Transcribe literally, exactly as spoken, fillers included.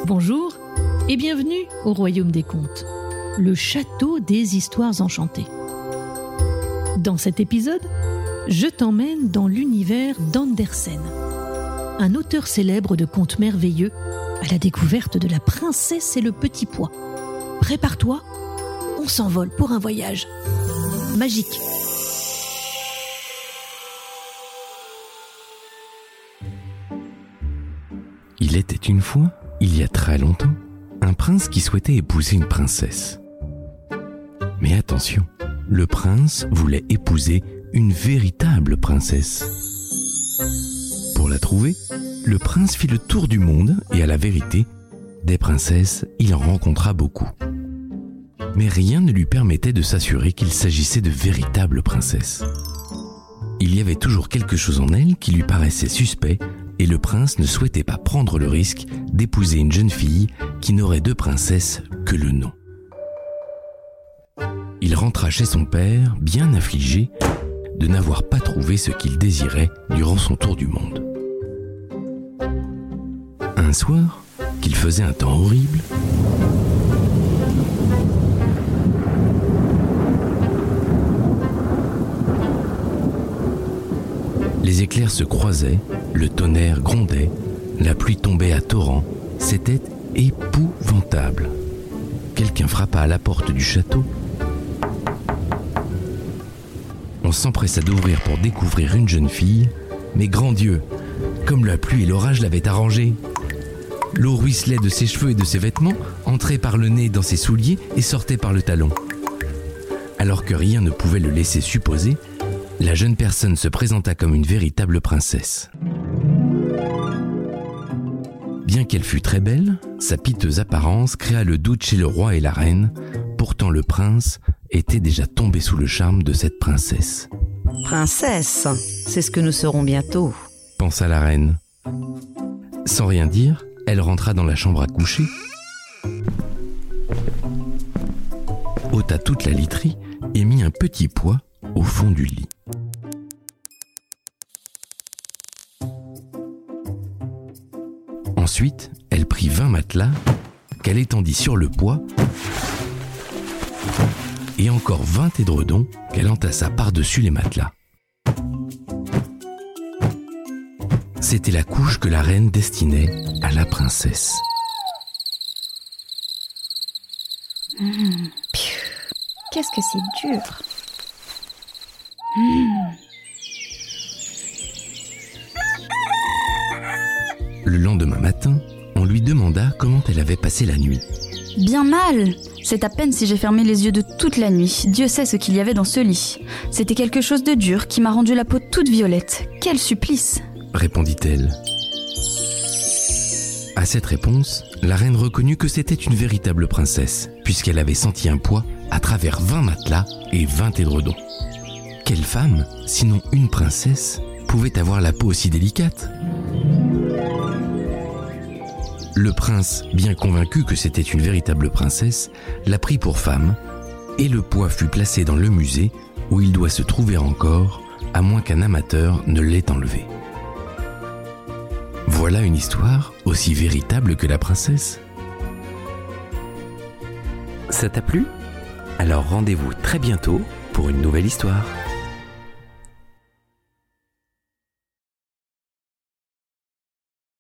Bonjour et bienvenue au Royaume des Contes, le château des histoires enchantées. Dans cet épisode, je t'emmène dans l'univers d'Andersen, un auteur célèbre de contes merveilleux à la découverte de la princesse et le petit pois. Prépare-toi, on s'envole pour un voyage magique. Il était une fois, il y a très longtemps, un prince qui souhaitait épouser une princesse. Mais attention, le prince voulait épouser une véritable princesse. Pour la trouver, le prince fit le tour du monde et à la vérité, des princesses, il en rencontra beaucoup. Mais rien ne lui permettait de s'assurer qu'il s'agissait de véritables princesses. Il y avait toujours quelque chose en elles qui lui paraissait suspect et le prince ne souhaitait pas prendre le risque d'épouser une jeune fille qui n'aurait de princesse que le nom. Il rentra chez son père, bien affligé de n'avoir pas trouvé ce qu'il désirait durant son tour du monde. Un soir, qu'il faisait un temps horrible, les éclairs se croisaient, le tonnerre grondait, la pluie tombait à torrents. C'était épouvantable. Quelqu'un frappa à la porte du château. On s'empressa d'ouvrir pour découvrir une jeune fille, mais grand Dieu, comme la pluie et l'orage l'avaient arrangée. L'eau ruisselait de ses cheveux et de ses vêtements, entrait par le nez dans ses souliers et sortait par le talon. Alors que rien ne pouvait le laisser supposer, la jeune personne se présenta comme une véritable princesse. Bien qu'elle fût très belle, sa piteuse apparence créa le doute chez le roi et la reine. Pourtant le prince était déjà tombé sous le charme de cette princesse. Princesse, c'est ce que nous serons bientôt, pensa la reine. Sans rien dire, elle rentra dans la chambre à coucher, ôta toute la literie et mit un petit pois au fond du lit. Ensuite, elle prit vingt matelas qu'elle étendit sur le pois et encore vingt édredons qu'elle entassa par-dessus les matelas. C'était la couche que la reine destinait à la princesse. Mmh, qu'est-ce que c'est dur. Mmh. Le lendemain matin, on lui demanda comment elle avait passé la nuit. Bien mal. C'est à peine si j'ai fermé les yeux de toute la nuit. Dieu sait ce qu'il y avait dans ce lit. C'était quelque chose de dur qui m'a rendu la peau toute violette. Quel supplice, répondit-elle. À cette réponse, la reine reconnut que c'était une véritable princesse, puisqu'elle avait senti un poids à travers vingt matelas et vingt édredons. Quelle femme, sinon une princesse, pouvait avoir la peau aussi délicate ? Le prince, bien convaincu que c'était une véritable princesse, la prit pour femme et le pois fut placé dans le musée où il doit se trouver encore, à moins qu'un amateur ne l'ait enlevé. Voilà une histoire aussi véritable que la princesse. Ça t'a plu ? Alors rendez-vous très bientôt pour une nouvelle histoire.